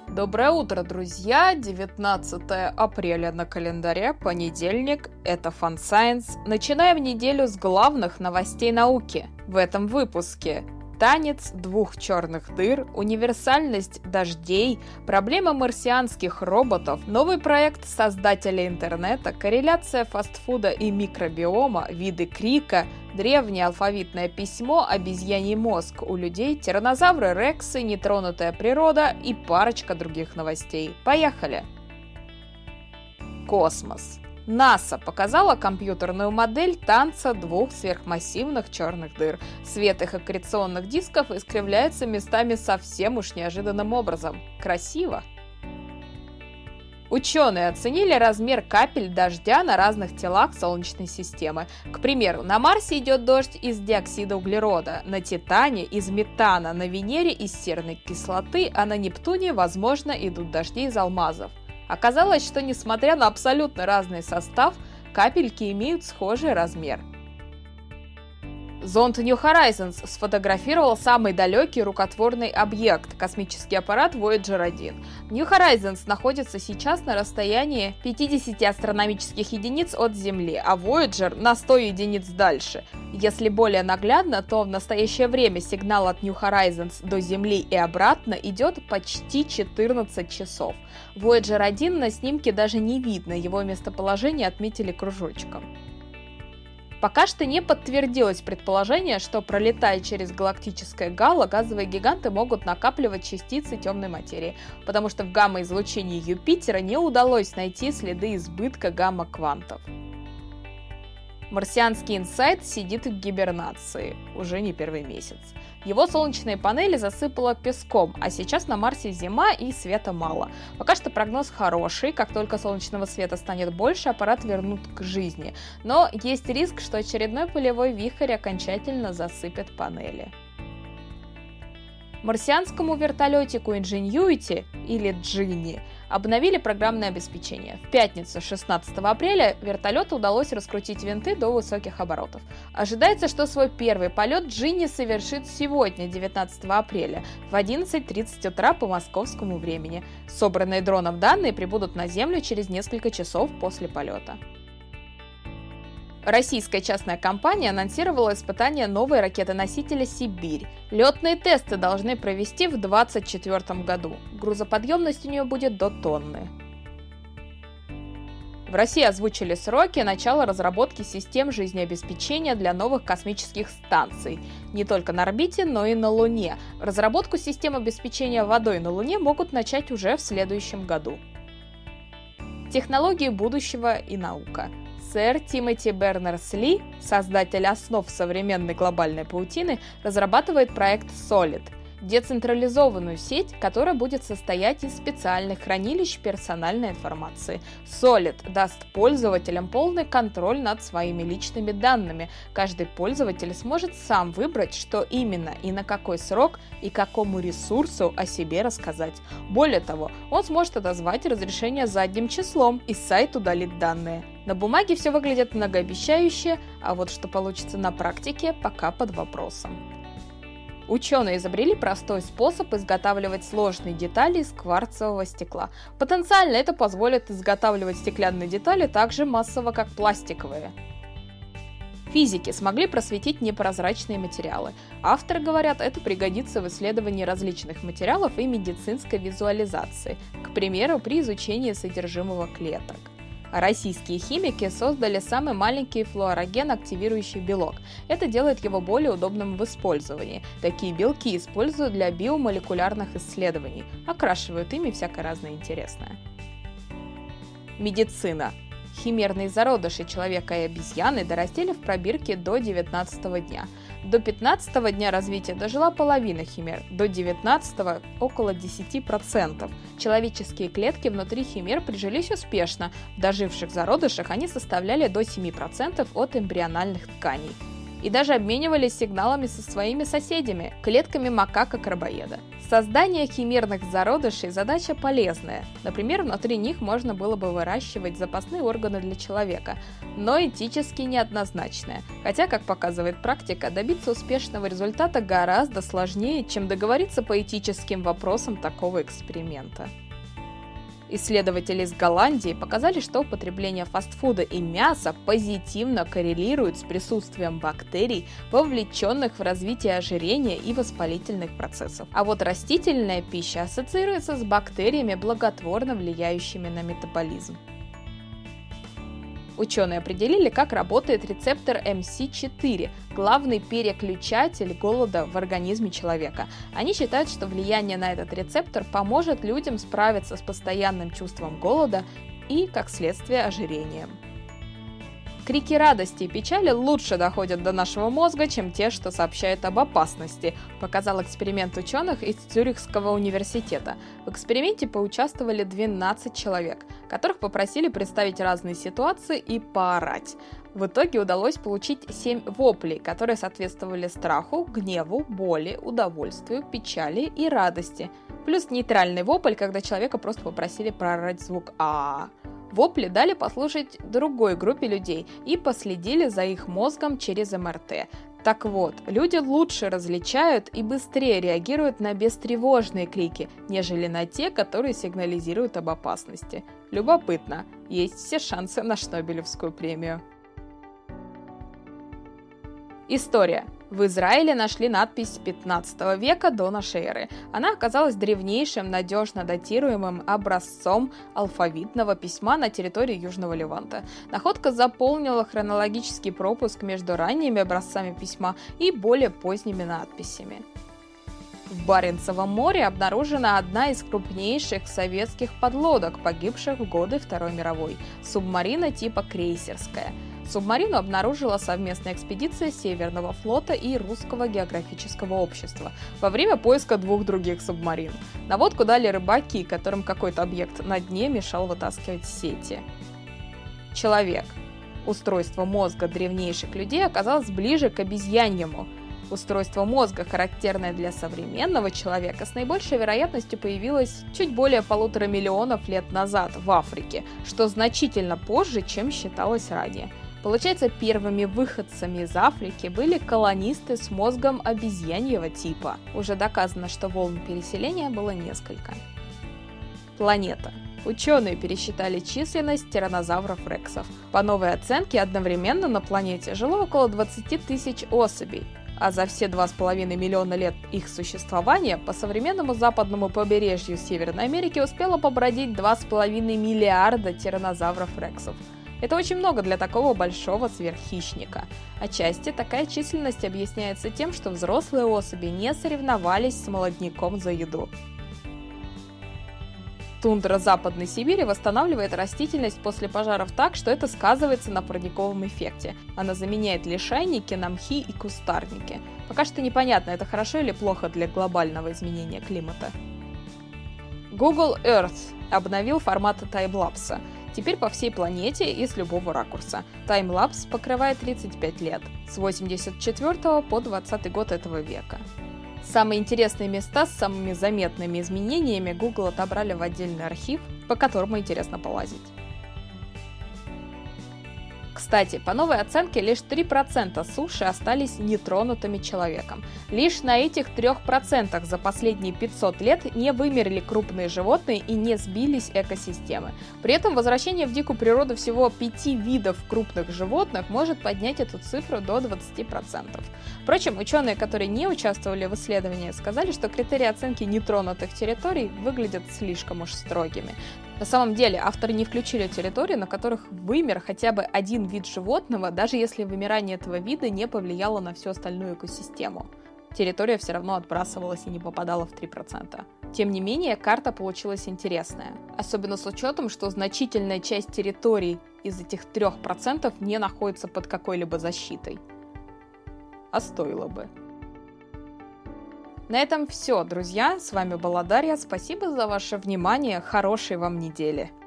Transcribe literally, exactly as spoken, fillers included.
Доброе утро, друзья! девятнадцатое апреля на календаре, понедельник, это Fun Science. Начинаем неделю с главных новостей науки. В этом выпуске танец двух черных дыр, универсальность дождей, проблема марсианских роботов, новый проект создателя интернета, корреляция фастфуда и микробиома, виды крика, древнее алфавитное письмо, обезьяний мозг у людей, тираннозавры рексы, нетронутая природа и парочка других новостей. Поехали! Космос. НАСА показала компьютерную модель танца двух сверхмассивных черных дыр. Свет их аккреционных дисков искривляется местами совсем уж неожиданным образом. Красиво! Ученые оценили размер капель дождя на разных телах Солнечной системы. К примеру, на Марсе идет дождь из диоксида углерода, на Титане из метана, на Венере из серной кислоты, а на Нептуне, возможно, идут дожди из алмазов. Оказалось, что несмотря на абсолютно разный состав, капельки имеют схожий размер. Зонд New Horizons сфотографировал самый далекий рукотворный объект – космический аппарат Вояджер один. New Horizons находится сейчас на расстоянии пятьдесят астрономических единиц от Земли, а Voyager на сто единиц дальше. Если более наглядно, то в настоящее время сигнал от New Horizons до Земли и обратно идет почти четырнадцать часов. Вояджер один на снимке даже не видно, его местоположение отметили кружочком. Пока что не подтвердилось предположение, что, пролетая через галактическое гало, газовые гиганты могут накапливать частицы темной материи, потому что в гамма-излучении Юпитера не удалось найти следы избытка гамма-квантов. Марсианский инсайт сидит в гибернации уже не первый месяц. Его солнечные панели засыпало песком, а сейчас на Марсе зима и света мало. Пока что прогноз хороший, как только солнечного света станет больше, аппарат вернут к жизни. Но есть риск, что очередной пылевой вихрь окончательно засыпет панели. Марсианскому вертолетику Ingenuity, или Джинни, обновили программное обеспечение. В пятницу, шестнадцатого апреля, вертолету удалось раскрутить винты до высоких оборотов. Ожидается, что свой первый полет Джинни совершит сегодня, девятнадцатого апреля, в одиннадцать тридцать утра по московскому времени. Собранные дроном данные прибудут на Землю через несколько часов после полета. Российская частная компания анонсировала испытание новой ракеты-носителя «Сибирь». Летные тесты должны провести в две тысячи двадцать четвёртом году. Грузоподъемность у нее будет до тонны. В России озвучили сроки начала разработки систем жизнеобеспечения для новых космических станций. Не только на орбите, но и на Луне. Разработку систем обеспечения водой на Луне могут начать уже в следующем году. Технологии будущего и наука. Сэр Тимоти Бернерс-Ли, создатель основ современной глобальной паутины, разрабатывает проект Solid – децентрализованную сеть, которая будет состоять из специальных хранилищ персональной информации. Solid даст пользователям полный контроль над своими личными данными. Каждый пользователь сможет сам выбрать, что именно и на какой срок и какому ресурсу о себе рассказать. Более того, он сможет отозвать разрешение задним числом и сайт удалит данные. На бумаге все выглядит многообещающе, а вот что получится на практике, пока под вопросом. Ученые изобрели простой способ изготавливать сложные детали из кварцевого стекла. Потенциально это позволит изготавливать стеклянные детали так же массово, как пластиковые. Физики смогли просветить непрозрачные материалы. Авторы говорят, это пригодится в исследовании различных материалов и медицинской визуализации, к примеру, при изучении содержимого клеток. Российские химики создали самый маленький флуороген-активирующий белок. Это делает его более удобным в использовании. Такие белки используют для биомолекулярных исследований, окрашивают ими всякое разное интересное. Медицина. Химерные зародыши человека и обезьяны дорастили в пробирке до девятнадцатого дня. До пятнадцатого дня развития дожила половина химер, до девятнадцатого – около десять процентов. Человеческие клетки внутри химер прижились успешно. В доживших зародышах они составляли до семи процентов от эмбриональных тканей. и даже обменивались сигналами со своими соседями, клетками макака-крабоеда. Создание химерных зародышей – задача полезная. Например, внутри них можно было бы выращивать запасные органы для человека, но этически неоднозначная. Хотя, как показывает практика, добиться успешного результата гораздо сложнее, чем договориться по этическим вопросам такого эксперимента. Исследователи из Голландии показали, что употребление фастфуда и мяса позитивно коррелирует с присутствием бактерий, вовлеченных в развитие ожирения и воспалительных процессов. А вот растительная пища ассоциируется с бактериями, благотворно влияющими на метаболизм. Ученые определили, как работает рецептор эм си четыре, главный переключатель голода в организме человека. Они считают, что влияние на этот рецептор поможет людям справиться с постоянным чувством голода и, как следствие, ожирением. Крики радости и печали лучше доходят до нашего мозга, чем те, что сообщают об опасности, показал эксперимент ученых из Цюрихского университета. В эксперименте поучаствовали двенадцать человек, которых попросили представить разные ситуации и поорать. В итоге удалось получить семь воплей, которые соответствовали страху, гневу, боли, удовольствию, печали и радости. Плюс нейтральный вопль, когда человека просто попросили проорать звук «а». Вопли дали послушать другой группе людей и последили за их мозгом через эм эр тэ. Так вот, люди лучше различают и быстрее реагируют на бестревожные крики, нежели на те, которые сигнализируют об опасности. Любопытно, есть все шансы на Шнобелевскую премию. История. В Израиле нашли надпись пятнадцатого века до нашей эры. Она оказалась древнейшим, надежно датируемым образцом алфавитного письма на территории Южного Ливанта. Находка заполнила хронологический пропуск между ранними образцами письма и более поздними надписями. В Баренцевом море обнаружена одна из крупнейших советских подлодок, погибших в годы Второй мировой – субмарина типа крейсерская. Субмарину обнаружила совместная экспедиция Северного флота и Русского географического общества во время поиска двух других субмарин. Наводку дали рыбаки, которым какой-то объект на дне мешал вытаскивать сети. Человек. Устройство мозга древнейших людей оказалось ближе к обезьяньему. Устройство мозга, характерное для современного человека, с наибольшей вероятностью появилось чуть более полутора миллионов лет назад в Африке, что значительно позже, чем считалось ранее. Получается, первыми выходцами из Африки были колонисты с мозгом обезьяньего типа. Уже доказано, что волн переселения было несколько. Планета. Ученые пересчитали численность тираннозавров рексов. По новой оценке, одновременно на планете жило около двадцати тысяч особей. А за все два с половиной миллиона лет их существования по современному западному побережью Северной Америки успело побродить два с половиной миллиарда тираннозавров рексов. Это очень много для такого большого сверххищника. Отчасти такая численность объясняется тем, что взрослые особи не соревновались с молодняком за еду. Тундра Западной Сибири восстанавливает растительность после пожаров так, что это сказывается на парниковом эффекте. Она заменяет лишайники на мхи и кустарники. Пока что непонятно, это хорошо или плохо для глобального изменения климата. Google Earth обновил формат таймлапса. Теперь по всей планете и с любого ракурса. Таймлапс покрывает тридцать пять лет, с восемьдесят четвёртого по двадцатый год этого века. Самые интересные места с самыми заметными изменениями Google отобрали в отдельный архив, по которому интересно полазить. Кстати, по новой оценке лишь три процента суши остались нетронутыми человеком. Лишь на этих трёх процентах за последние пятьсот лет не вымерли крупные животные и не сбились экосистемы. При этом возвращение в дикую природу всего пяти видов крупных животных может поднять эту цифру до двадцати процентов. Впрочем, ученые, которые не участвовали в исследовании, сказали, что критерии оценки нетронутых территорий выглядят слишком уж строгими. На самом деле, авторы не включили территории, на которых вымер хотя бы один вид животного, даже если вымирание этого вида не повлияло на всю остальную экосистему. Территория все равно отбрасывалась и не попадала в три процента. Тем не менее, карта получилась интересная. Особенно с учетом, что значительная часть территорий из этих трёх процентов не находится под какой-либо защитой. А стоило бы. На этом все, друзья. С вами была Дарья. Спасибо за ваше внимание. Хорошей вам недели.